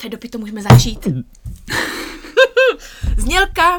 Teď do pitu můžeme začít. Znělka.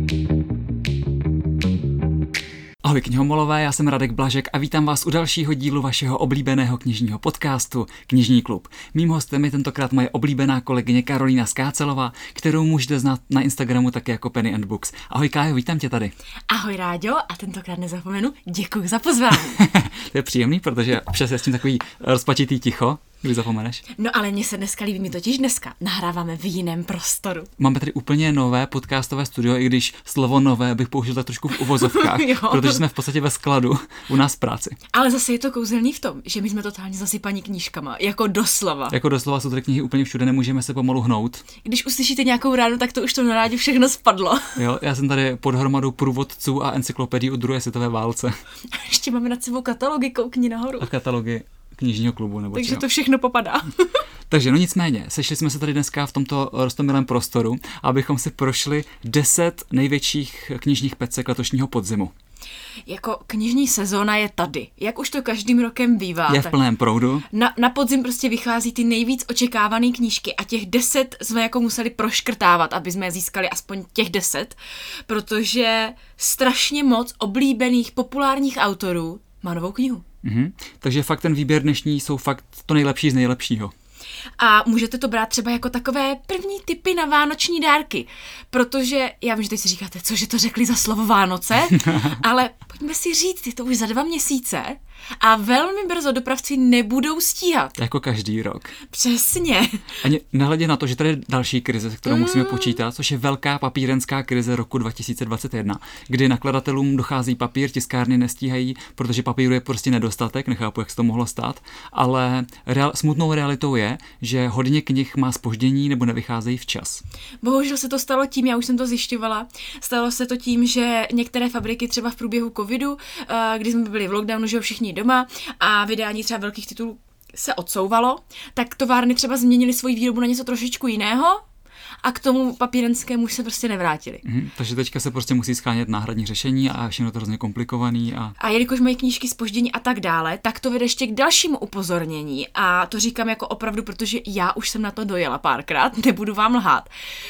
Ahoj knihomolové, já jsem Radek Blažek a vítám vás u dalšího dílu vašeho oblíbeného knižního podcastu Knižní klub. Mým hostem je tentokrát moje oblíbená kolegyně Karolína Skácelová, kterou můžete znát na Instagramu také jako Penny and Books. Ahoj Kájo, vítám tě tady. Ahoj Ráďo, a tentokrát nezapomenu, děkuji za pozvání. To je příjemný, protože občas je s tím takový rozpačitý ticho, když zapomeneš. No ale mně se dneska líbí, my totiž dneska nahráváme v jiném prostoru. Máme tady úplně nové podcastové studio, i když slovo nové bych použil tak trošku v uvozovkách, protože jsme v podstatě ve skladu u nás v práci. Ale zase je to kouzelný v tom, že my jsme totálně zasypaní knížkama, jako doslova. Jako doslova jsou tady knihy úplně všude, nemůžeme se pomalu hnout. Když uslyšíte nějakou ránu, tak to už to na rádiu všechno spadlo. Jo, já jsem tady pod hromadou průvodců a encyklopedií o druhé světové válce. Ještě máme nad sebou katalogy, koukni nahoru. A katalogy knižního klubu, nebo takže čeho. to všechno popadá. Takže no nicméně, sešli jsme se tady dneska v tomto roztomilém prostoru, abychom si prošli 10 největších knižních pecek letošního podzimu. Jako knižní sezóna je tady. Jak už to každým rokem bývá. Je v plném proudu. Na podzim prostě vychází ty nejvíc očekávané knížky a těch 10 jsme jako museli proškrtávat, aby jsme získali aspoň těch 10, protože strašně moc oblíbených populárních autorů má novou knihu. Takže fakt ten výběr dnešní jsou fakt to nejlepší z nejlepšího. A můžete to brát třeba jako takové první tipy na vánoční dárky, protože já vím, že teď si říkáte, cože to řekli za slovo Vánoce, ale pojďme si říct, je to už za 2 měsíce a velmi brzo dopravci nebudou stíhat. Jako každý rok. Přesně. A nehledě na to, že tady je další krize, se kterou musíme počítat, což je velká papírenská krize roku 2021, kdy nakladatelům dochází papír, tiskárny nestíhají, protože papíru je prostě nedostatek, nechápu, jak se to mohlo stát, ale smutnou realitou je, že hodně knih má zpoždění nebo nevycházejí včas. Bohužel se to stalo tím, já už jsem to zjišťovala, stalo se to tím, že některé fabriky třeba v průběhu covidu, kdy jsme byli v lockdownu, že všichni doma a vydání třeba velkých titulů se odsouvalo, tak továrny třeba změnily svoji výrobu na něco trošičku jiného a k tomu papírenskému už se prostě nevrátili. Takže teďka se prostě musí schánět náhradní řešení a všechno to hrozně komplikovaný. A jelikož mají knížky zpoždění a tak dále, tak to vede ještě k dalšímu upozornění a to říkám jako opravdu, protože já už jsem na to dojela párkrát, nebudu vám lhát.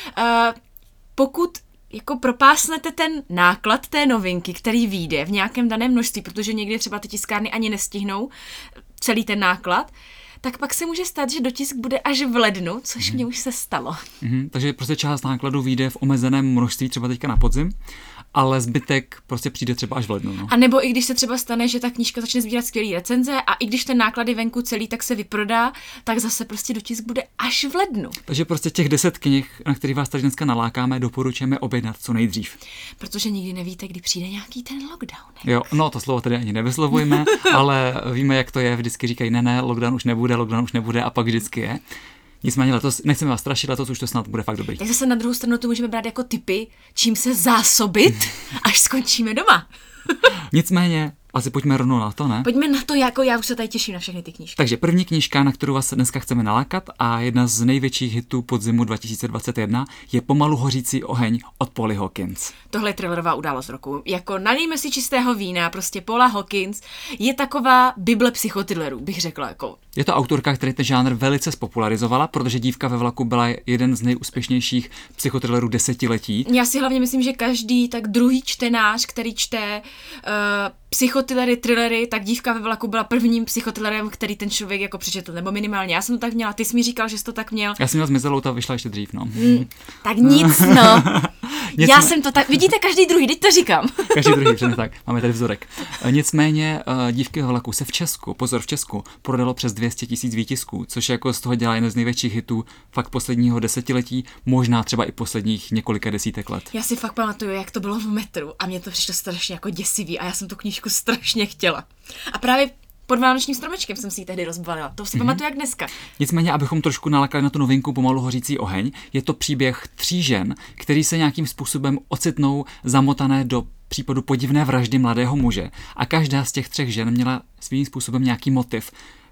Pokud jako propásnete ten náklad té novinky, který vyjde v nějakém daném množství, protože někdy třeba ty tiskárny ani nestihnou celý ten náklad, tak pak se může stát, že dotisk bude až v lednu, což mně už se stalo. Takže prostě část nákladů vyjde v omezeném množství třeba teďka na podzim, ale zbytek prostě přijde třeba až v lednu. No. A nebo i když se třeba stane, že ta knížka začne sbírat skvělý recenze a i když ten náklad je venku celý, tak se vyprodá, tak zase prostě dotisk bude až v lednu. Takže prostě těch 10 knih, na který vás tady dneska nalákáme, doporučujeme objednat co nejdřív. Protože nikdy nevíte, kdy přijde nějaký ten lockdown. Jo, no to slovo tady ani nevyslovujeme, ale víme, jak to je, vždycky říkají ne, lockdown už nebude a pak vždycky je. Nicméně letos, nechceme vás strašit, letos už to snad bude fakt dobrý. Tak zase na druhou stranu to můžeme brát jako tipy, čím se zásobit, až skončíme doma. Nicméně, asi pojďme rovnou na to, ne? Pojďme na to, jako já už se tady těším na všechny ty knížky. Takže první knížka, na kterou vás dneska chceme nalákat a jedna z největších hitů podzimu 2021 je Pomalu hořící oheň od Polly Hawkins. Tohle je thrillerová událost roku. Jako nalijme si čistého vína, prostě Paula Hawkins je taková bible psychothrillerů, bych řekla. Jako. Je to autorka, která ten žánr velice spopularizovala, protože Dívka ve vlaku byla jeden z nejúspěšnějších psychothrillerů desetiletí. Já si hlavně myslím, že každý tak druhý čtenář, který čte psychothillery, thrillery, tak Dívka ve vlaku byla prvním psychothrillerem, který ten člověk jako přečetl, nebo minimálně. Já jsem to tak měla, ty jsi mi říkal, že jsi to tak měl. Já jsem měla Zmizelou, ta vyšla ještě dřív, no. Tak nic, no. Já jsem to tak, vidíte, každý druhý, teď to říkám. Každý druhý, přesně tak, máme tady vzorek. Nicméně Dívky ve vlaku se v Česku prodalo přes 200 000 výtisků, což jako z toho dělá jeden z největších hitů fakt posledního desetiletí, možná třeba i posledních několika desítek let. Já si fakt pamatuju, jak to bylo v metru a mě to přišlo strašně jako děsivý a já jsem tu knížku strašně chtěla. A právě pod vánočním stromečkem jsem si ji tehdy rozbalila. To si pamatuju jak dneska. Nicméně, abychom trošku nalákali na tu novinku Pomalu hořící oheň, je to příběh 3 žen, který se nějakým způsobem ocitnou zamotané do případu podivné vraždy mladého muže. A každá z těch 3 žen měla svým způsobem nějaký motiv.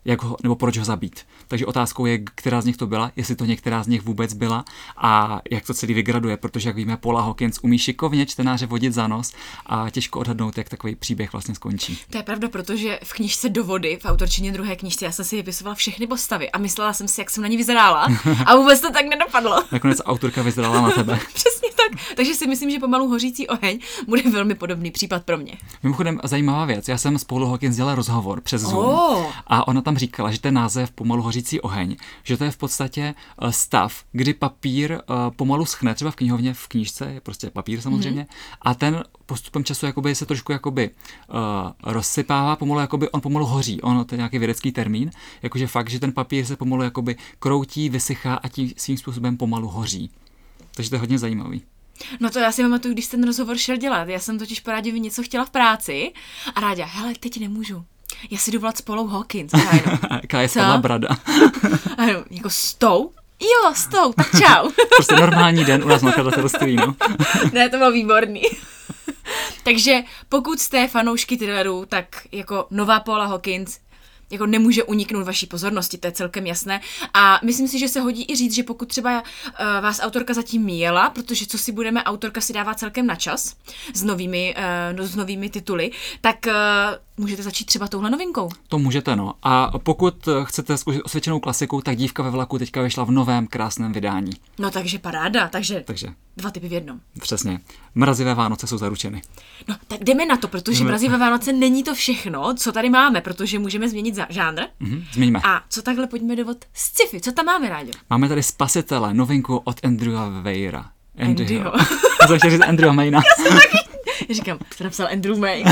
nebo proč ho zabít. Takže otázkou je, která z nich to byla, jestli to některá z nich vůbec byla a jak to celý vygraduje, protože jak víme, Paula Hawkins umí šikovně čtenáře vodit za nos a těžko odhadnout, jak takový příběh vlastně skončí. To je pravda, protože v knížce Do vody, v autorčině druhé knížce, já jsem si vypisovala všechny postavy a myslela jsem si, jak jsem na ní vyzrála a vůbec to tak nedopadlo. Nakonec autorka vyzrála na tebe. Přesně tak. Takže si myslím, že Pomalu hořící oheň bude velmi podobný případ pro mě. Mimochodem zajímavá věc, já jsem s Paulou Hawkins dělal rozhovor přes Zoom a ona tam říkala, že ten název Pomalu hořící oheň, že to je v podstatě stav, kdy papír pomalu schne, třeba v knihovně, v knížce, je prostě papír samozřejmě, a ten postupem času jakoby se trošku jakoby rozsypává, pomalu jakoby on pomalu hoří. On to je nějaký vědecký termín, jakože fakt, že ten papír se pomalu jakoby kroutí, vysychá a tím svým způsobem pomalu hoří. Takže to je hodně zajímavý. No to já si pamatuju, když ten rozhovor šel dělat. Já jsem totiž porádivě něco chtěla v práci a Ráďa, hele, teď nemůžu. Já si jdu volat s Paulou Hawkins. Jaká je spadla brada. A jenom, jako s tou? Jo, s tou, tak čau. Prostě normální den u nás nakladatelství, no. Ne, to bylo výborný. Takže pokud jste fanoušky thrillerů, tak jako nová Paula Hawkins jako nemůže uniknout vaší pozornosti, to je celkem jasné. A myslím si, že se hodí i říct, že pokud třeba vás autorka zatím míjela, protože co si budeme, autorka si dává celkem na čas s novými tituly, tak můžete začít třeba touhle novinkou. To můžete, no. A pokud chcete zkusit osvědčenou klasiku, tak Dívka ve vlaku teďka vyšla v novém krásném vydání. No takže paráda, takže 2 typy v jednom. Přesně. Mrazivé Vánoce jsou zaručeny. No tak jdeme na to, protože Mrazivé Vánoce není to všechno, co tady máme, protože můžeme změnit žánr. Změníme. A co takhle pojďme do sci-fi, co tam máme, Ráďo? Máme tady Spasitele, novinku od Andrewa Weira. Andyho. Já jsem říct Andrewa Mayna. Já říkám, to napsal Andrew May.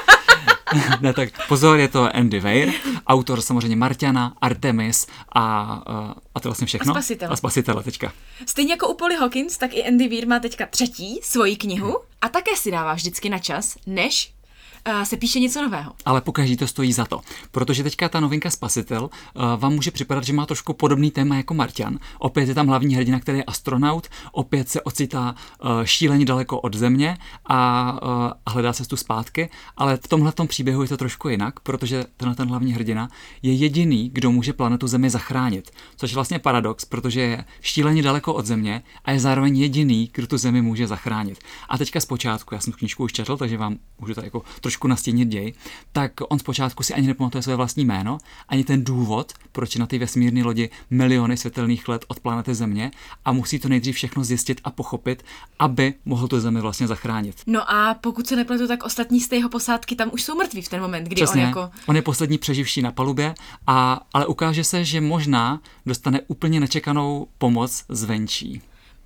Ne, tak pozor, je to Andy Weir, autor samozřejmě Marťana, Artemis a to vlastně všechno. A Spasitele teďka. Stejně jako u Polly Hawkins, tak i Andy Weir má teďka 3. svoji knihu a také si dává vždycky na čas, než se píše něco nového. Ale pokaždé to stojí za to, protože teďka ta novinka Spasitel vám může připadat, že má trošku podobný téma jako Marťan. Opět je tam hlavní hrdina, který je astronaut, opět se ocitá šíleně daleko od Země a hledá cestu zpátky, ale v tomhletom příběhu je to trošku jinak, protože ten hlavní hrdina je jediný, kdo může planetu Zemi zachránit, což je vlastně paradox, protože je šíleně daleko od Země a je zároveň jediný, kdo tu Zemi může zachránit. A teďka zpočátku, já jsem tu knížku už četl, takže vám můžu to jako trošku nastínit děj, tak on zpočátku si ani nepamatuje své vlastní jméno, ani ten důvod, proč je na té vesmírné lodi miliony světelných let od planety Země a musí to nejdřív všechno zjistit a pochopit, aby mohl tu Zemi vlastně zachránit. No a pokud se nepletu, tak ostatní z té jeho posádky tam už jsou mrtví v ten moment, kdy Přesně, on je poslední přeživší na palubě, ale ukáže se, že možná dostane úplně nečekanou pomoc zvenčí.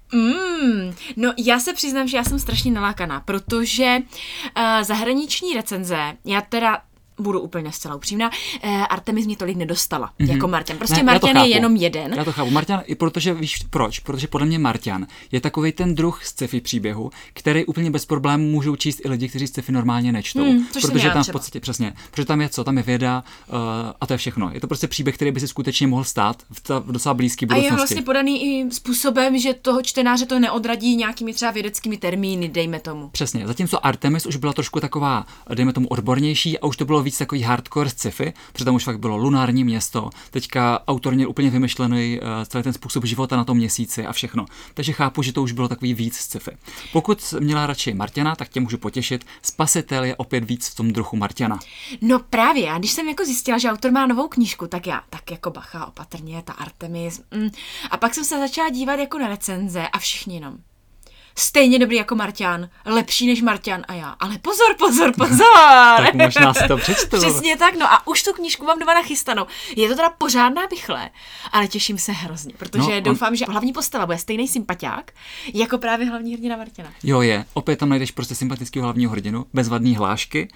No já se přiznám, že já jsem strašně nalákaná, protože zahraniční recenze, já teda budu úplně zcela upřímná, Artemis mě tolik nedostala, jako Marťan. Prostě Marťan je jenom jeden. Já to chápu. Marťan, protože víš proč? Protože podle mě Marťan je takovej ten druh sci-fi příběhu, který úplně bez problémů můžou číst i lidi, kteří sci-fi normálně nečtou. Protože tam v podstatě přesně, protože tam je co, tam je věda a to je všechno. Je to prostě příběh, který by si skutečně mohl stát v docela blízké budoucnosti. A je vlastně podaný i způsobem, že toho čtenáře to neodradí nějakými třeba vědeckými termíny, dejme tomu. Přesně. Zatímco Artemis už byla trošku taková, dejme tomu odbornější a už to bylo víc takový hardcore sci-fi, protože tam už fakt bylo lunární město, teďka autor měl úplně vymyšlený celý ten způsob života na tom měsíci a všechno. Takže chápu, že to už bylo takový víc sci-fi. Pokud měla radši Marťana, tak tě můžu potěšit. Spasitel je opět víc v tom druhu Marťana. No právě, já když jsem jako zjistila, že autor má novou knížku, tak já tak jako bacha, opatrně, ta Artemis. A pak jsem se začala dívat jako na recenze a všichni jenom. Stejně dobrý jako Marťan, lepší než Marťan a já. Ale pozor. Tak možná si to přečtu. Přesně tak, no a už tu knížku mám doma nachystanou. Je to teda pořádná bychle, ale těším se hrozně, protože doufám, že hlavní postava bude stejný sympatiák, jako právě hlavní hrdina Marťana. Jo je, opět tam najdeš prostě sympatického hlavního hrdinu, bezvadný hlášky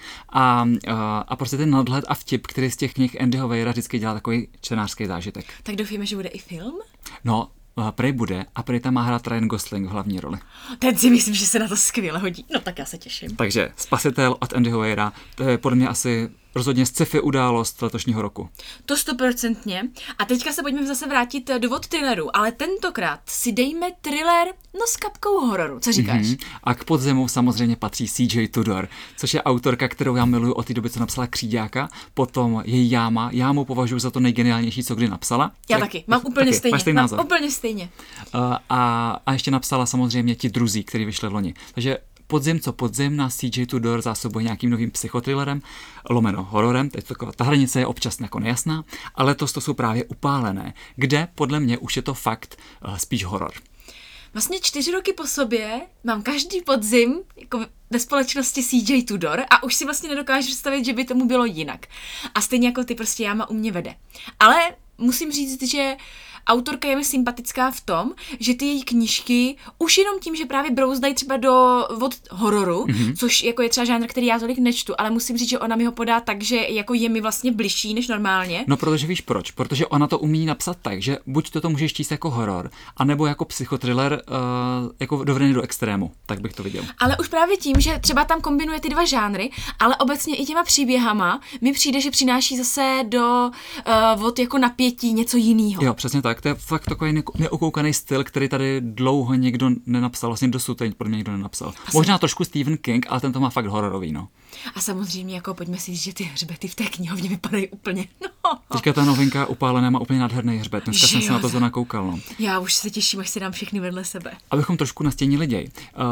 a prostě ten nadhled a vtip, který z těch knih Andyho Weira vždycky dělá takový čtenářský zážitek. Tak doufíme, že bude i film? No, prej bude a prej tam má hrát Ryan Gosling v hlavní roli. Teď si myslím, že se na to skvěle hodí. No tak já se těším. Takže Spasitel od Andyho Weira, to je podle mě asi rozhodně sci-fi událost letošního roku. To 100%. A teďka se pojďme zase vrátit do vod thrilleru, ale tentokrát si dejme thriller, no s kapkou hororu. Co říkáš? A k podzemu samozřejmě patří C.J. Tudor, což je autorka, kterou já miluju od té doby, co napsala Kříďáka, potom její Jáma. Jámu považuji za to nejgeniálnější, co kdy napsala. Já taky, mám úplně stejně. Máš stejný názor. Úplně stejně. A ještě napsala samozřejmě Ti druzí, který vyšli v loni. Takže podzim, co podzim, nás C.J. Tudor zásobuje nějakým novým psychothrillerem, lomeno hororem, teď ta hranice je občas jako nejasná, ale letos to jsou právě Upálené, kde podle mě už je to fakt spíš horor. Vlastně 4 roky po sobě mám každý podzim jako ve společnosti C.J. Tudor a už si vlastně nedokážu představit, že by tomu bylo jinak. A stejně jako ty prostě Jáma u mě vede. Ale musím říct, že autorka je mi sympatická v tom, že ty její knížky už jenom tím, že právě brouzdají třeba do vod hororu, což jako je třeba žánr, který já tolik nečtu, ale musím říct, že ona mi ho podá tak, že jako je mi vlastně bližší než normálně. No protože víš proč? Protože ona to umí napsat tak, že buď to můžeš číst jako horor, anebo jako psychotriller jako dovedený do extrému, tak bych to viděl. Ale už právě tím, že třeba tam kombinuje ty dva žánry, ale obecně i těma příběhama mi přijde, že přináší zase do vod jako napětí něco jiného. Jo, přesně tak. To je fakt takový neokoukaný styl, který tady dlouho někdo nenapsal, vlastně dosud ten podle mě někdo nenapsal. Možná trošku Stephen King, ale ten to má fakt hororový, no. A samozřejmě jako pojďme si říct, že ty hřbety v té knihovně vypadají úplně, no. Teďka ta novinka Upálené má úplně nádherný hřbet, dneska jsem se na to zrovna koukal, no. Já už se těším, až si dám všechny vedle sebe. Abychom trošku nastěnili děj.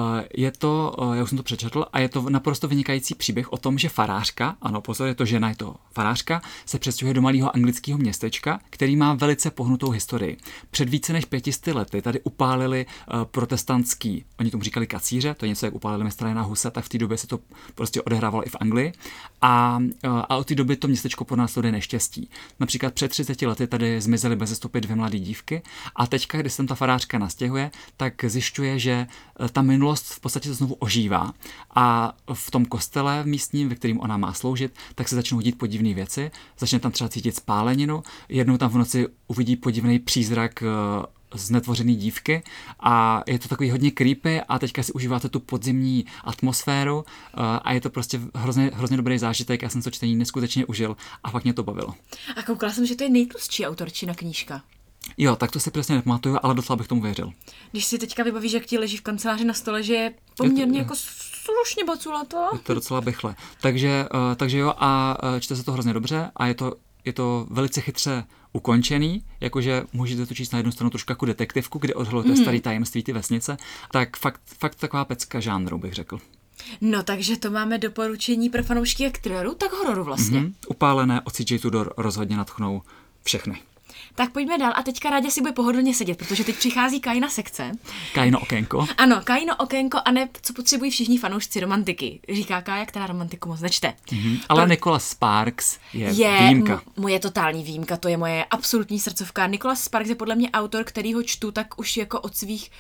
Je to, já už jsem to přečetl, a je to naprosto vynikající příběh o tom, že farářka, ano pozor, je to žena, je to farářka, se přestěhuje do malého anglického městečka, který má velice pohnutou historii. Před více než 500 lety tady upálili protestantský, oni tomu říkali kacíře, to je něco, jak upálili mistra Jana Husa, tak v té době se to prostě odehrávalo i v Anglii. A od té doby to městečko pronásleduje neštěstí. Například před 30 lety tady zmizely bez stopy 2 mladé dívky a teďka, když se tam ta farářka nastěhuje, tak zjišťuje, že ta minulost v podstatě to znovu ožívá. A v tom kostele místním, ve kterým ona má sloužit, tak se začnou dít podivné věci. Začne tam třeba cítit spáleninu, jednou tam v noci uvidí podivný přízrak znetvořený dívky a je to takový hodně creepy a teďka si užíváte tu podzimní atmosféru a je to prostě hrozně dobrý zážitek. Já jsem to čtení neskutečně užil a fakt mě to bavilo. A koukala jsem, že to je nejtlustší autorčina knížka. Jo, tak to si přesně nepamatuju, ale docela bych tomu věřil. Když si teďka vybavíš, jak ti leží v kanceláři na stole, že je poměrně jako slušně baculato. Je to docela bychle. Takže jo a čte se to hrozně dobře a je to velice chytře ukončený, jakože můžete to číst na jednu stranu trošku jako detektivku, kde odhalujete starý tajemství ty vesnice, tak fakt taková pecka žánru, bych řekl. No, takže to máme doporučení pro fanoušky jak thrilleru, tak hororu vlastně. Upálené od C.J. Tudor rozhodně nadchnou všechny. Tak pojďme dál a teďka Ráďa si bude pohodlně sedět, protože teď přichází Kaina sekce. Kaino okénko. Ano, Kaino okénko a ne, co potřebují všichni fanoušci romantiky. Říká Kája, která romantiku moc nečte. Ale Nicholas Sparks je výjimka. Moje totální výjimka, to je moje absolutní srdcovka. Nicholas Sparks je podle mě autor, který ho čtu tak už jako od svých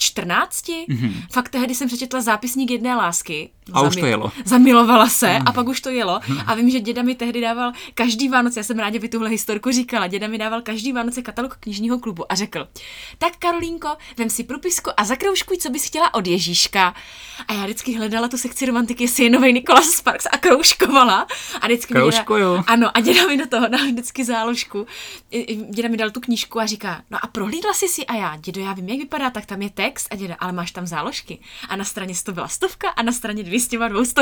14. Fakt tehdy jsem přečetla Zápisník jedné lásky. A už to jelo. Zamilovala se a pak už to jelo. A vím, že děda mi tehdy dával každý Vánoce, já jsem ráda by tuhle historku říkala, děda mi dával každý Vánoce katalog knižního klubu a řekl: tak Karolínko, vem si propisku a zakroužkuj, co bys chtěla od Ježíška. A já vždycky hledala tu sekci romantiky, jestli je novej Nicholas Sparks a kroužkovala. A vždycky ano, a děda mi do toho dal vždycky záložku. Děda mi dal tu knížku a říká: no a prohlídla jsi si? A já: dědo, já vím, jak vypadá, tak tam je text. A děda: ale máš tam záložky. A na straně 100 byla 100 a na straně 200 má 200.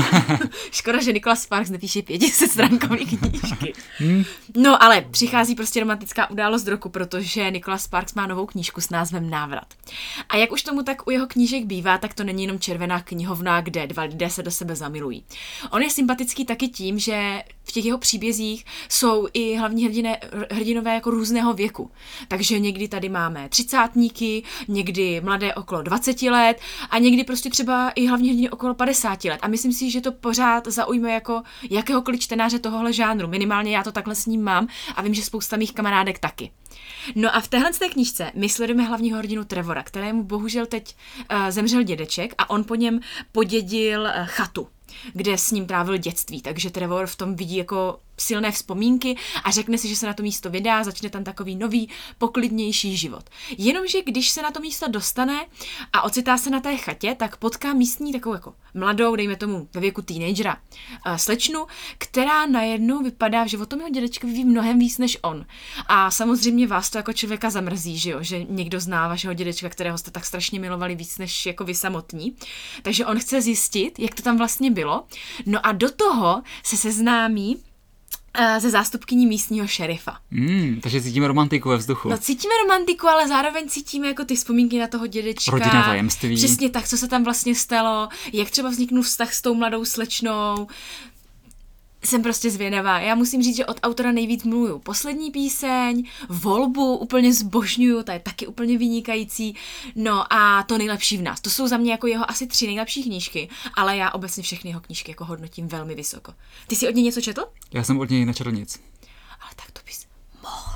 Škoda, že Nicholas Sparks nepíše 500stránkový knížky. No ale přichází prostě romantická událost roku, protože Nicholas Sparks má novou knížku s názvem Návrat. A jak už tomu tak u jeho knížek bývá, tak to není jenom červená knihovna, kde dva lidé se do sebe zamilují. On je sympatický taky tím, že v těch jeho příbězích jsou i hlavní hrdinové jako různého věku. Takže někdy tady máme 30átníky, někdy mladé okolo 20 let a někdy prostě třeba i hlavní hrdiny okolo 50 let. A myslím si, že to pořád zaujme jako jakéhokoliv čtenáře tohohle žánru. Minimálně já to takhle s ním mám a vím, že spousta mých kamarádek taky. No a v téhle knížce my sledujeme hlavního hrdinu Trevora, kterému bohužel teď zemřel dědeček a on po něm podědil chatu, kde s ním trávil dětství, takže Trevor v tom vidí jako silné vzpomínky a řekne si, že se na to místo vydá, začne tam takový nový, poklidnější život. Jenomže když se na to místo dostane a ocitá se na té chatě, tak potká místní takovou jako mladou, dejme tomu ve věku teenagera, slečnu, která najednou vypadá, že o tom jeho dědečkovi ví mnohem víc než on. A samozřejmě vás to jako člověka zamrzí, že jo, že někdo zná vašeho dědečka, kterého jste tak strašně milovali víc než jako vy samotní. Takže on chce zjistit, jak to tam vlastně bylo. No a do toho se seznámí ze zástupkyní místního šerifa. Takže cítíme romantiku ve vzduchu. No cítíme romantiku, ale zároveň cítíme jako ty vzpomínky na toho dědečka. Rodinná tajemství. Přesně tak, co se tam vlastně stalo, jak třeba vzniknul vztah s tou mladou slečnou. Jsem prostě zvědavá. Já musím říct, že od autora nejvíc miluju poslední píseň, Volbu úplně zbožňuju, ta je taky úplně vynikající. No a To nejlepší v nás. To jsou za mě jako jeho asi 3 nejlepší knížky, ale já obecně všechny jeho knížky jako hodnotím velmi vysoko. Ty jsi od něj něco četl? Já jsem od něj nečetl nic. Ale tak to bys mohl.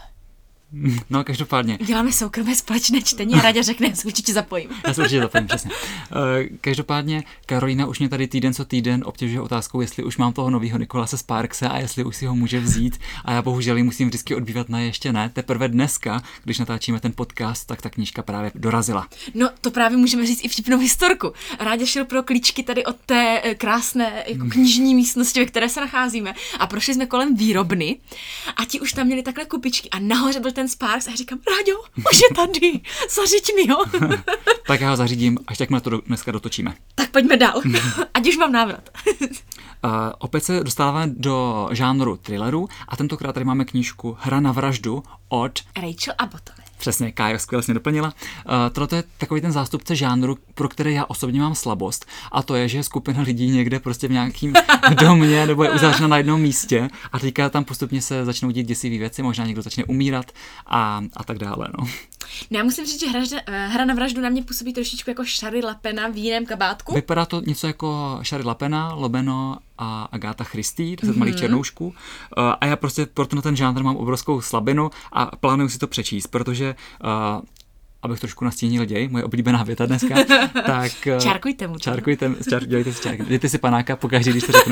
No, každopádně. Děláme soukromé společné čtení a Ráďa řekne, já se určitě zapojím. Já se určitě zapojím, přesně. Každopádně Karolína už mě tady týden co týden obtěžuje otázkou, jestli už mám toho nového Nicholase Sparkse a jestli už si ho může vzít. A já bohužel ji musím vždycky odbývat na ještě ne. Teprve dneska, když natáčíme ten podcast, tak ta knížka právě dorazila. No, to právě můžeme říct i vtipnou historku. Ráďa šel pro klíčky tady od té krásné jako knižní místnosti, ve které se nacházíme, a prošli jsme kolem výrobny a ti už tam měli takhle kupičky a nahoře byl ten Sparks a já říkám, Ráďo, už je tady, zařiď mi ho. Tak já ho zařídím, až jakmile to dneska dotočíme. Tak pojďme dál, ať už mám návrat. Opět se dostáváme do žánru thrilleru a tentokrát tady máme knížku Hra na vraždu od Rachel Abbotové. Přesně, Kájo skvěle jsi mě doplnila. Tohle je takový ten zástupce žánru, pro který já osobně mám slabost, a to je, že je skupina lidí někde prostě v nějakým domě nebo je uzavřena na jednom místě a teďka tam postupně se začnou dít děsivé věci, možná někdo začne umírat a tak dále. No. Já musím říct, že hra na vraždu na mě působí trošičku jako Shari Lapena v jiném kabátku. Vypadá to něco jako Shari Lapena, Lobeno a Agatha Christie, 10 malých černoušků. A já prostě pro ten žánr mám obrovskou slabinu a plánuju si to přečíst, protože abych trošku nastínil děj, moje oblíbená věta dneska, tak... Čárkujte mu to. Dělejte si čárky. Dejte si panáka pokaždé, když to řeknu.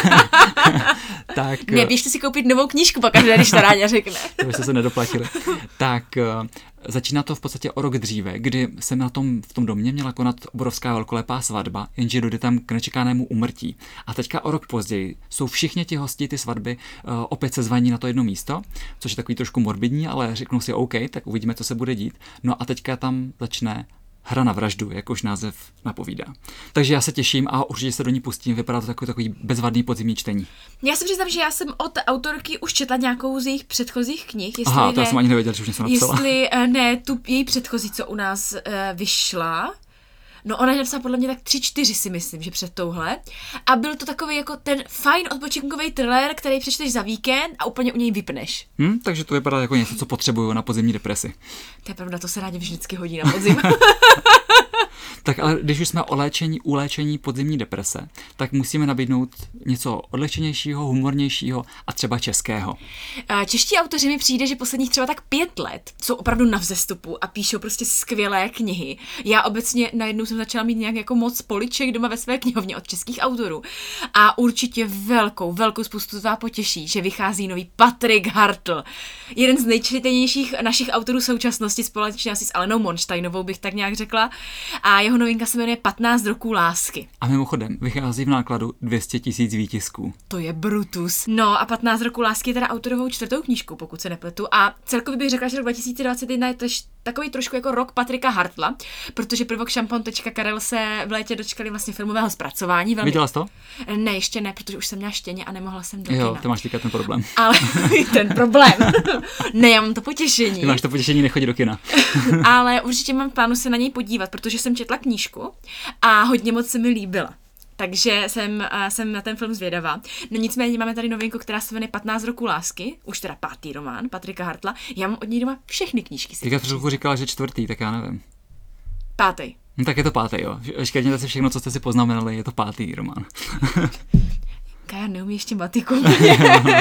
Tak... Ne, běžte si koupit novou knížku pokaždé, když to Ráďa řekne. To byste se nedoplatili. Tak začíná to v podstatě o rok dříve, kdy jsem v tom domě měla konat obrovská velkolepá svatba, jenže dojde tam k nečekanému úmrtí. A teďka o rok později jsou všichni ti hosti ty svatby opět se zvaní na to jedno místo, což je takový trošku morbidní, ale řeknou si OK, tak uvidíme, co se bude dít. No a teďka tam začne Hra na vraždu, jak už název napovídá. Takže já se těším a určitě se do ní pustím. Vypadá to takový bezvadný podzimní čtení. Já se přiznám, že já jsem od autorky už četla nějakou z jejich předchozích knih. Aha, to já jsem ani nevěděl, že už něco napsala. Jestli ne, tu její předchozí, co u nás vyšla. No ona je napsala podle mě tak 3-4 si myslím, že před touhle. A byl to takový jako ten fajn odpočinkový thriller, který přečteš za víkend a úplně u něj vypneš. Takže to vypadá jako něco, co potřebuju na podzimní depresi. To je pravda, to se Rádi vždycky hodí na podzim. Tak ale když už jsme u léčení podzimní deprese, tak musíme nabídnout něco odlehčenějšího, humornějšího a třeba českého. Čeští autoři mi přijde, že posledních třeba tak 5 let jsou opravdu na vzestupu a píšou prostě skvělé knihy. Já obecně najednou jsem začala mít nějak jako moc poliček doma ve své knihovně od českých autorů. A určitě velkou spoustu vás potěší, že vychází nový Patrik Hartl. Jeden z nejčtenějších našich autorů současnosti, společně asi s Alenou Monštejnovou, bych tak nějak řekla. A jeho novinka se jmenuje 15 roků lásky. A mimochodem, vychází v nákladu 200 000 výtisků. To je brutus. No a 15 roků lásky je teda autorovou 4. knížku, pokud se nepletu. A celkově bych řekla, že rok 2021 je takový trošku jako rok Patrika Hartla, protože prvok Šampon.Karel se v létě dočkali vlastně filmového zpracování. Viděla jsi to? Ne, ještě ne, protože už jsem měla štěně a nemohla jsem do kina. Jo, ty máš teďka ten problém. Ale ten problém. Ne, já mám to potěšení. Ty máš to potěšení nechodit do kina. Ale určitě mám plánu se na něj podívat, protože jsem četla knížku a hodně moc se mi líbila. Takže jsem na ten film zvědavá. No nicméně máme tady novinku, která se jmenuje 15 roků lásky, už teda 5. román Patrika Hartla. Já mám od něj doma všechny knížky. Teďka trošku říkala, že 4., tak já nevím. 5. No tak je to 5., jo. Škrtněte si všechno, co jste si poznamenali, je to 5. román. Kaja neumí ještě matiku.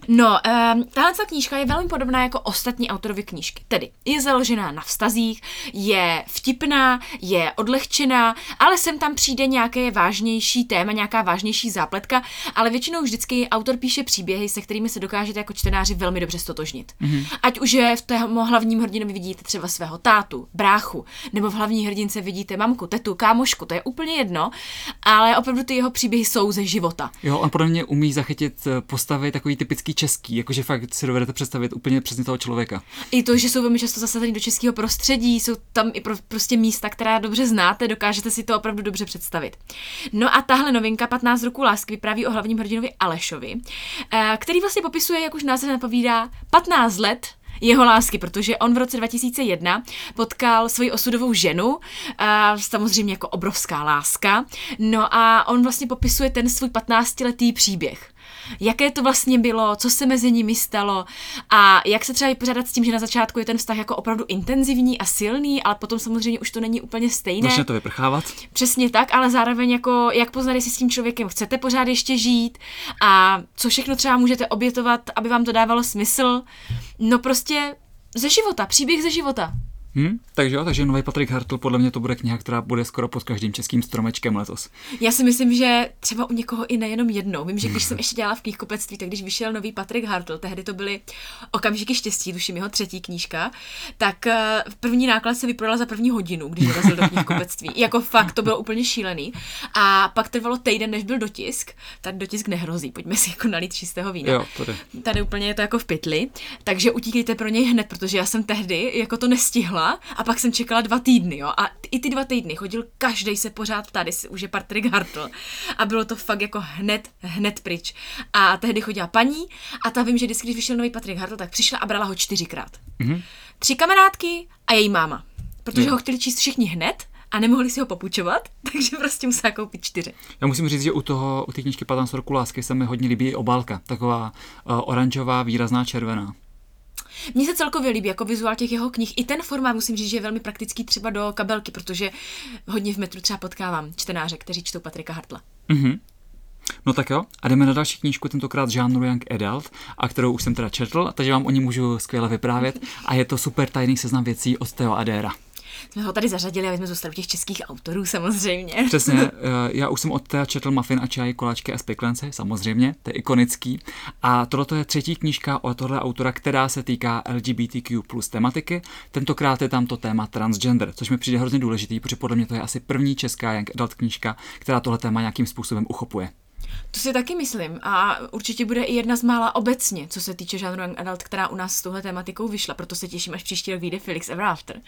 No, tahle knížka je velmi podobná jako ostatní autorovy knížky. Tedy je založená na vztazích, je vtipná, je odlehčená, ale sem tam přijde nějaké vážnější téma, nějaká vážnější zápletka, ale většinou vždycky autor píše příběhy, se kterými se dokážete jako čtenáři velmi dobře stotožnit. Ať už je v tom hlavním hrdinovi vidíte třeba svého tátu, bráchu, nebo v hlavní hrdince vidíte mamku, tetu, kámošku, to je úplně jedno, ale opravdu ty jeho příběhy jsou ze života. Jo, on podle mě umí zachytit postavy takový typický český, jakože fakt si dovedete představit úplně přesně toho člověka. I to, že jsou velmi často zasazení do českého prostředí, jsou tam i prostě místa, která dobře znáte, dokážete si to opravdu dobře představit. No a tahle novinka 15 roků lásky vypráví o hlavním hrdinovi Alešovi, který vlastně popisuje, jak už název napovídá, 15 let jeho lásky, protože on v roce 2001 potkal svoji osudovou ženu, samozřejmě jako obrovská láska, no a on vlastně popisuje ten svůj 15letý příběh. Jaké to vlastně bylo, co se mezi nimi stalo a jak se třeba vypořádat s tím, že na začátku je ten vztah jako opravdu intenzivní a silný, ale potom samozřejmě už to není úplně stejné. Začne to vyprchávat. Přesně tak, ale zároveň jako jak poznat, jestli s tím člověkem chcete pořád ještě žít a co všechno třeba můžete obětovat, aby vám to dávalo smysl. No prostě ze života, příběh ze života. Takže nový Patrik Hartl, podle mě to bude kniha, která bude skoro pod každým českým stromečkem letos. Já si myslím, že třeba u někoho i nejenom jednou. Vím, že když jsem ještě dělala v knihkupectví, tak když vyšel nový Patrik Hartl, tehdy to byly Okamžiky štěstí, tuším jeho 3. knížka, tak v první náklad se vyprodala za 1. hodinu, když dorazil do knihkupectví. Jako fakt, to bylo úplně šílený. A pak trvalo týden, než byl dotisk. Tady dotisk nehrozí, pojďme si jako nalít čistého vína. Jo, tady úplně je to jako v pytli, takže utíkejte pro něj hned, protože já jsem tehdy jako to nestihla. A pak jsem čekala 2 týdny, jo. A i ty 2 týdny chodil každej se pořád ptát, jestli už je Patrik Hartl. A bylo to fakt jako hned pryč. A tehdy chodila paní a ta vím, že vždycky, když vyšel nový Patrik Hartl, tak přišla a brala ho 4krát. 3 kamarádky a její máma. Protože ho chtěli číst všichni hned a nemohli si ho popůjčovat, takže prostě musela koupit 4. Já musím říct, že u té knížky 15 roků lásky se mi hodně líbí obálka, taková oranžová, výrazná červená. Mně se celkově líbí jako vizuál těch jeho knih. I ten formát musím říct, že je velmi praktický třeba do kabelky, protože hodně v metru třeba potkávám čtenáře, kteří čtou Patrika Hartla. No tak jo, a jdeme na další knížku, tentokrát žánru Young Adult, a kterou už jsem teda četl, takže vám o ní můžu skvěle vyprávět a je to Super tajný seznam věcí od Theo Adéra. Jsme ho tady zařadili, aby jsme zůstali u těch českých autorů samozřejmě. Přesně, já už jsem od Thea četl Muffin a čaj, koláčky a spiklence, samozřejmě, to je ikonický. A tohle je 3. knížka od tohle autora, která se týká LGBTQ plus tematiky. Tentokrát je tam to téma transgender, což mi přijde hrozně důležitý, protože podle mě to je asi první česká young adult knížka, která tohle téma nějakým způsobem uchopuje. To si taky myslím a určitě bude i jedna z mála obecně, co se týče žánru young adult, která u nás s touhle tematikou vyšla, proto se těším, až příští rok vyjde Felix Ever After.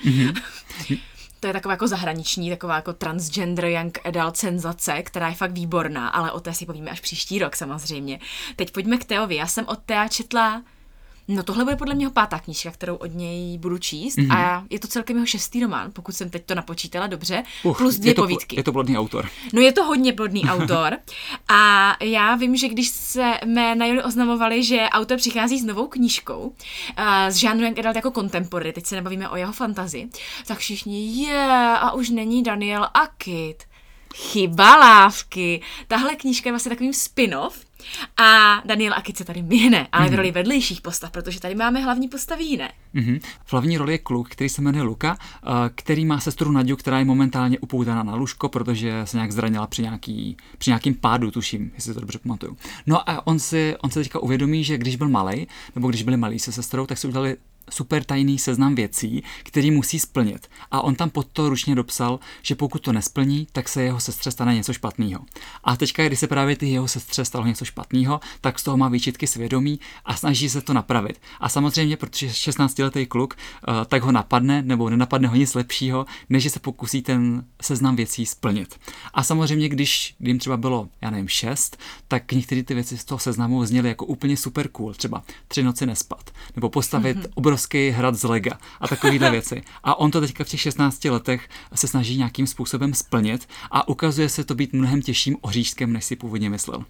To je taková jako zahraniční, taková jako transgender young adult senzace, která je fakt výborná, ale o té si povíme až příští rok samozřejmě. Teď pojďme k Theovi. Já jsem od Thea četla, no tohle bude podle mě jeho 5. knížka, kterou od něj budu číst a je to celkem jeho 6. román, pokud jsem teď to napočítala dobře, plus 2 povídky. Je to plodný autor. No je to hodně plodný autor a já vím, že když se mé na Joli oznamovali, že autor přichází s novou knížkou z žánru young adult jako contemporary, teď se nebavíme o jeho fantazii, tak všichni a už není Daniel Akit. Chyba lávky. Tahle knížka je vlastně takovým spin-off a Daniel Akit se tady mihne, ale v roli vedlejších postav, protože tady máme hlavní postavy jiné. V hlavní roli je kluk, který se jmenuje Luka, který má sestru Naďu, která je momentálně upoutaná na lůžko, protože se nějak zranila při nějakým pádu, tuším, jestli to dobře pamatuju. No a on se teďka uvědomí, že když byl malej, nebo když byli malí se sestrou, tak si udělali super tajný seznam věcí, který musí splnit. A on tam pod to ručně dopsal, že pokud to nesplní, tak se jeho sestře stane něco špatného. A teďka, když se právě jeho sestře stalo něco špatného, tak z toho má výčitky svědomí a snaží se to napravit. A samozřejmě, protože 16letý kluk, tak ho napadne, nebo nenapadne ho nic lepšího, než že se pokusí ten seznam věcí splnit. A samozřejmě, když jim třeba bylo, 6, tak některé ty věci z toho seznamu zněly jako úplně super cool, třeba 3 noci nespat, nebo postavit obrovský obrovský hrad z lega a takovýhle věci. A on to teďka v těch 16 letech se snaží nějakým způsobem splnit a ukazuje se to být mnohem těžším oříškem, než si původně myslel.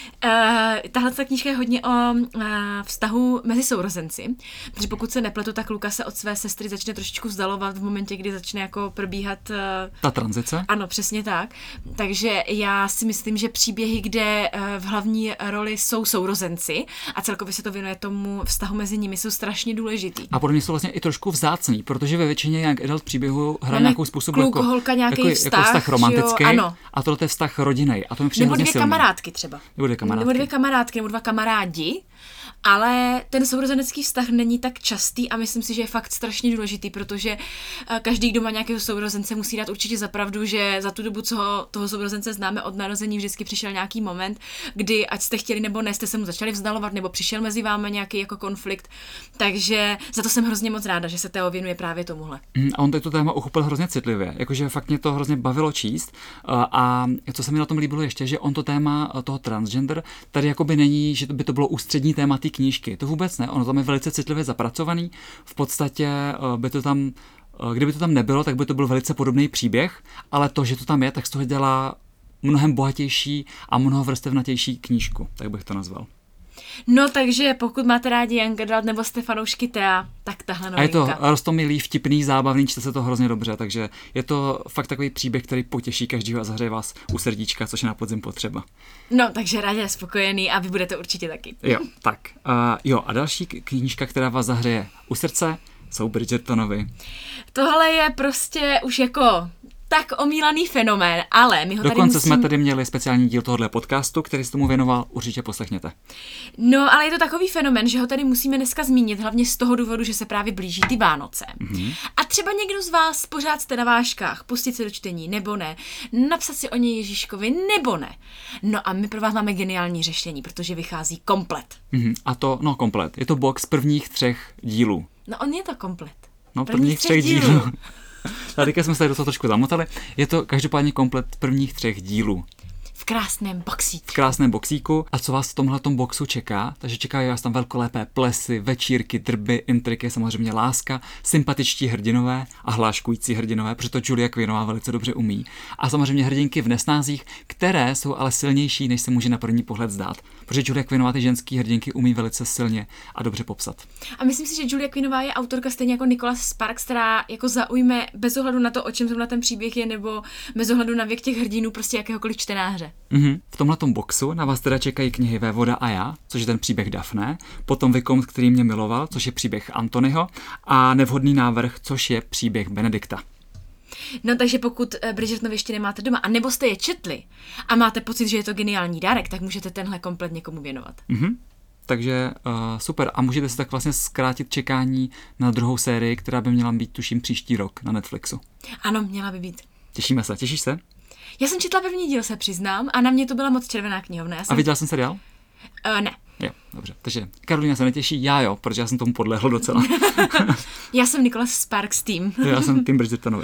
Tahle knížka je hodně o vztahu mezi sourozenci, protože pokud se nepletu, tak Luka se od své sestry začne trošičku vzdalovat v momentě, kdy začne jako probíhat ta tranzice? Ano, přesně tak. Takže já si myslím, že příběhy, kde v hlavní roli jsou sourozenci a celkově se to věnuje tomu vztahu mezi nimi, jsou strašně důležitý. A podle mě jsou vlastně i trošku vzácný, protože ve většině young adult příběhu hraje nějakou způsobu kluk, holka, nějaký vztah romantický, ano. A tohle je vztah rodinný. A to mi přijde nebo hodně dvě silný. kamarádky třeba. Nebo dvě kamarádky, nebo dva kamarádi. Ale ten sourozenecký vztah není tak častý a myslím si, že je fakt strašně důležitý, protože každý, kdo má nějakého sourozence, musí dát určitě za pravdu, že za tu dobu, co toho sourozence známe od narození, vždycky přišel nějaký moment, kdy ať jste chtěli nebo ne, jste se mu začali vzdalovat, nebo přišel mezi vámi nějaký jako konflikt. Takže za to jsem hrozně moc ráda, že se Teo věnuje právě tomuhle. A on to téma uchopil hrozně citlivě, jakože fakt mě to hrozně bavilo číst. A co se mi na tom líbilo ještě, že on to téma toho transgender tady jakoby není, že by to bylo ústřední téma té knížky. To vůbec ne, ono tam je velice citlivě zapracovaný. V podstatě by to tam, kdyby to tam nebylo, tak by to byl velice podobný příběh, ale to, že to tam je, tak z toho dělá mnohem bohatější a mnohovrstevnatější knížku, tak bych to nazval. No takže pokud máte rádi young adult nebo jste fanoušky Thea, tak tahle novinka. A je to roztomilý, vtipný, zábavný, čte se to hrozně dobře, takže je to fakt takový příběh, který potěší každýho a zahřeje vás u srdíčka, což je na podzim potřeba. No, takže rádi spokojený a vy budete určitě taky. Jo, tak. A další knížka, která vás zahřeje u srdce, jsou Bridgertonovi. Tohle je prostě už jako tak omílaný fenomén, ale my ho tady Dokonce jsme tady měli speciální díl tohohle podcastu, který se tomu věnoval, určitě poslechněte. No, ale je to takový fenomén, že ho tady musíme dneska zmínit, hlavně z toho důvodu, že se právě blíží ty Vánoce. Mm-hmm. A třeba někdo z vás pořád jste na vážkách, pustit se do čtení, nebo ne, napsat si o něj Ježíškovi, nebo ne. No a my pro vás máme geniální řešení, protože vychází komplet. Mm-hmm. A to, komplet. Je to box prvních 3 dílů. No, on je to komplet. No, prvních 3 dílů. Tady jsme se tady docela trošku zamotali. Je to každopádně komplet prvních 3 dílů. V krásném boxíku. V krásném boxíku. A co vás v tomhletom boxu čeká? Takže čekají vás tam velkolepé plesy, večírky, drby, intriky, samozřejmě láska, sympatičtí hrdinové a hláškující hrdinové, protože to Julia Quinnová velice dobře umí. A samozřejmě hrdinky v nesnázích, které jsou ale silnější, než se může na první pohled zdát. Protože Julia Quinnová ty ženský hrdinky umí velice silně a dobře popsat. A myslím si, že Julia Quinnová je autorka stejně jako Nicholas Sparks, která jako zaujme bez ohledu na to, o čem zrovna ten příběh je, nebo bez ohledu na věk těch hrdinů, prostě jakéhokoliv čtenáře. Mm-hmm. V tomhletom boxu na vás teda čekají knihy Vévoda a já, což je ten příběh Daphne, potom Vicomte, který mě miloval, což je příběh Antonyho, a Nevhodný návrh, což je příběh Benedikta. No takže pokud Bridgertonovi ještě nemáte doma, a nebo jste je četli a máte pocit, že je to geniální dárek, tak můžete tenhle komplet někomu věnovat. Mm-hmm. Takže super. A můžete si tak vlastně zkrátit čekání na druhou sérii, která by měla být tuším příští rok na Netflixu. Ano, měla by být. Těšíme se. Těšíš se? Já jsem četla první díl, se přiznám, a na mě to byla moc červená knihovna. A viděla jsem seriál? Ne. Jo, dobře. Takže Karolína se netěší, já jo, protože já jsem tomu podlehl docela. Já jsem Nicholas Sparks tým. Já jsem tým Bridgertonovi.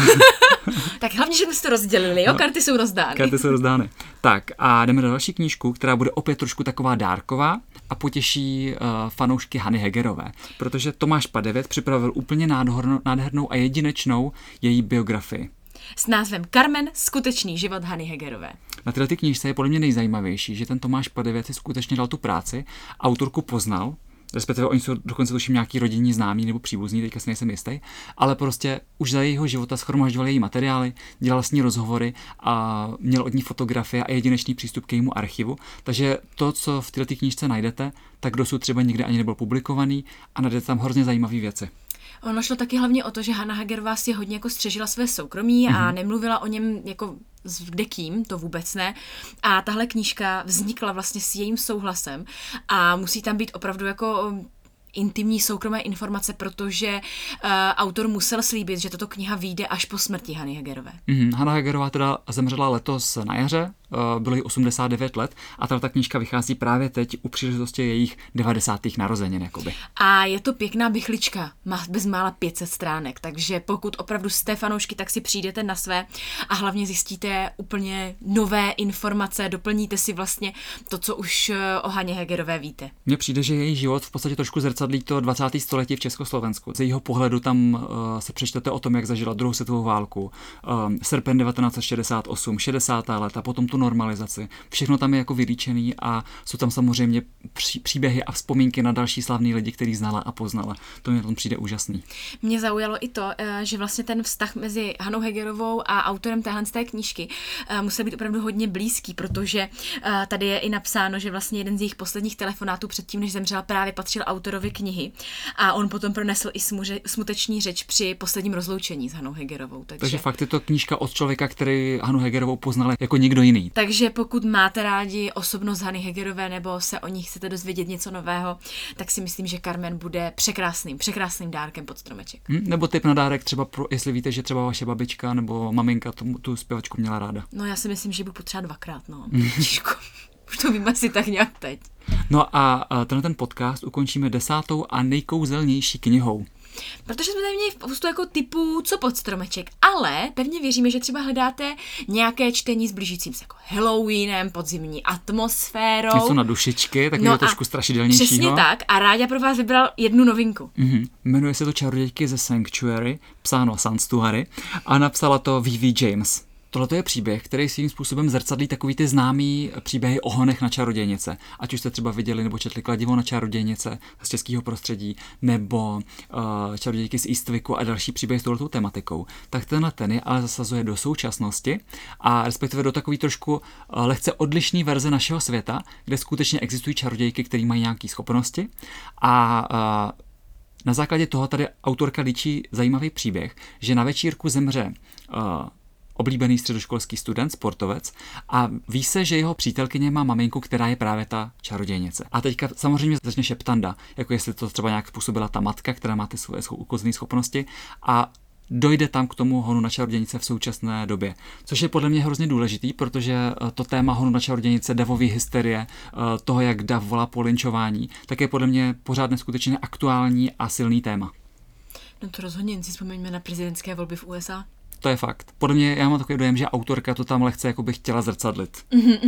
Tak hlavně, že jsme to rozdělili, jo? Karty jsou rozdány. Karty jsou rozdány. Tak a jdeme do další knížku, která bude opět trošku taková dárková a potěší fanoušky Hany Hegerové, protože Tomáš Padevět připravil úplně nádhernou a jedinečnou její biografii. S názvem Carmen, skutečný život Hany Hegerové. Na této knížce je podle mě nejzajímavější, že ten Tomáš Padevět si skutečně dal tu práci, autorku poznal, respektive oni jsou dokonce tuším nějaký rodinní známí nebo příbuzní, teďka si nejsem jistý, ale prostě už za jejího života shromažďoval její materiály, dělal s ní rozhovory a měl od ní fotografie a jedinečný přístup k jejímu archivu, takže to, co v této knížce najdete, tak dosud třeba nikde ani nebyl publikovaný a najdete tam hrozně zajímavé věci. Ono šlo taky hlavně o to, že Hana Hegerová si hodně jako střežila své soukromí a nemluvila o něm jako s kdekým, to vůbec ne. A tahle knížka vznikla vlastně s jejím souhlasem a musí tam být opravdu jako intimní soukromé informace, protože autor musel slíbit, že tato kniha vyjde až po smrti Hany Hegerové. Hana Hegerová teda zemřela letos na jaře, bylo jí 89 let a ta knížka vychází právě teď u příležitosti jejich 90. narozenin. Jakoby. A je to pěkná bychlička, má bezmála 500 stránek, takže pokud opravdu jste fanoušky, tak si přijdete na své a hlavně zjistíte úplně nové informace, doplníte si vlastně to, co už o Haně Hegerové víte. Mně přijde, že její život v podstatě trošku zrcadlí to 20. století v Československu. Z jejího pohledu tam se přečtete o tom, jak zažila druhou světovou válku, srpen 1968, 60. léta, potom tu normalizaci. Všechno tam je jako vylíčený a jsou tam samozřejmě příběhy a vzpomínky na další slavný lidi, který znala a poznala. To mi tam přijde úžasný. Mě zaujalo i to, že vlastně ten vztah mezi Hanou Hegerovou a autorem téhle z té knížky musel být opravdu hodně blízký, protože tady je i napsáno, že vlastně jeden z jejich posledních telefonátů předtím, než zemřela, právě patřil autorovi knihy a on potom pronesl i smuteční řeč při posledním rozloučení s Hanou Hegerovou. Takže fakt je to knížka od člověka, který Hanu Hegerovou poznal jako nikdo jiný. Takže pokud máte rádi osobnost Hany Hegerové nebo se o ní chcete dozvědět něco nového, tak si myslím, že Carmen bude překrásným dárkem pod stromeček. Nebo tip na dárek třeba, jestli víte, že třeba vaše babička nebo maminka tu zpěvačku měla ráda. No já si myslím, že budu potřeba 2krát, no. Tížko. Už to vím asi tak nějak teď. No a ten podcast ukončíme 10. a nejkouzelnější knihou. Protože jsme tady měli spoustu jako typů, co pod stromeček, ale pevně věříme, že třeba hledáte nějaké čtení s blížícím se jako Halloweenem, podzimní atmosférou. Něco na dušičky, takového trošku strašidelnějšího. Přesně tak a Ráďa pro vás vybral jednu novinku. Jmenuje se to Čarodějky ze Sanctuary, psáno Sanstuary a napsala to V.V. James. Tohle je příběh, který svým způsobem zrcadlí takový ty známý příběhy o honech na čarodějnice. Ať už jste třeba viděli nebo četli Kladivo na čarodějnice z českého prostředí, nebo Čarodějky z Eastwicku a další příběhy s touhletou tematikou. Tak ten je ale zasazuje do současnosti a respektive do takový trošku lehce odlišný verze našeho světa, kde skutečně existují čarodějky, které mají nějaké schopnosti a na základě toho tady autorka líčí zajímavý příběh, že na večírku zemře oblíbený středoškolský student, sportovec a ví se, že jeho přítelkyně má maminku, která je právě ta čarodějnice. A teďka samozřejmě začne šeptanda, jako jestli to třeba nějak způsobila ta matka, která má ty svoje ukozené schopnosti a dojde tam k tomu honu na čarodějnice v současné době. Což je podle mě hrozně důležitý, protože to téma honu na čarodějnice, davové hysterie, toho, jak dav volá po lynčování, tak je podle mě pořád neskutečně aktuální a silný téma. No to rozhodně, jen si vzpomeňme na prezidentské volby v USA. To je fakt. Podle mě já mám takový dojem, že autorka to tam lehce jako by chtěla zrcadlit.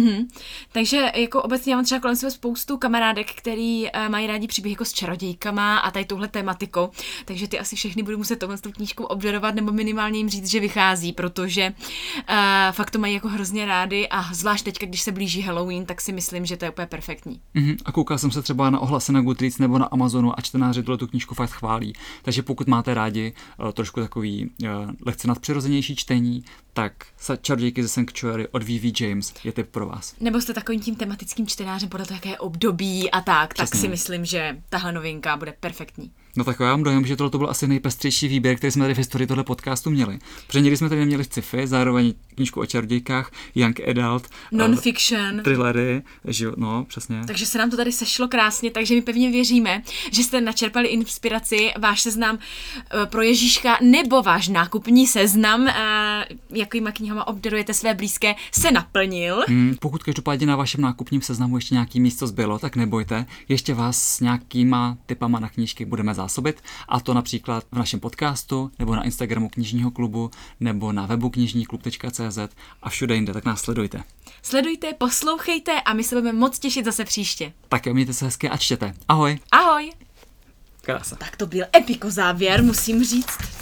Takže jako obecně já mám třeba kolem sebe spoustu kamarádek, který mají rádi příběhy jako s čarodějkama a tady touhle tematikou, takže ty asi všechny budu muset tohle s tou knížkou obdarovat nebo minimálně jim říct, že vychází, protože fakt to mají jako hrozně rádi a zvlášť teďka, když se blíží Halloween, tak si myslím, že to je úplně perfektní. A koukal jsem se třeba na ohlasy na Goodreads nebo na Amazonu a čtenáři tu knížku fakt chválí. Takže pokud máte rádi trošku takový lehce nadpřirozenější čtení, tak Čarodějky ze Sanctuary od V.V. James je tip pro vás. Nebo jste takovým tím tematickým čtenářem podle toho, jaké období a tak si myslím, že tahle novinka bude perfektní. No tak já mám dojem, že tohle byl asi nejpestřejší výběr, který jsme tady v historii tohle podcastu měli. Protože někdy jsme tady neměli sci-fi, zároveň knížku o čarodějkách, young adult, non-fiction, thrillery, no přesně. Takže se nám to tady sešlo krásně, takže my pevně věříme, že jste načerpali inspiraci, váš seznam pro Ježíška nebo váš nákupní seznam, jakýma knihama obdarujete své blízké, se naplnil. Pokud každopádně na vašem nákupním seznamu ještě nějaký místo zbylo, tak nebojte, ještě vás s nějakýma tipama na knížky budeme zásobit, a to například v našem podcastu, nebo na Instagramu knižního klubu, nebo na webu knižníklub.cz a všude jinde, tak nás sledujte. Sledujte, poslouchejte a my se budeme moc těšit zase příště. Tak jo, mějte se hezky a čtěte. Ahoj. Ahoj. Krása. Tak to byl epikozávěr, musím říct.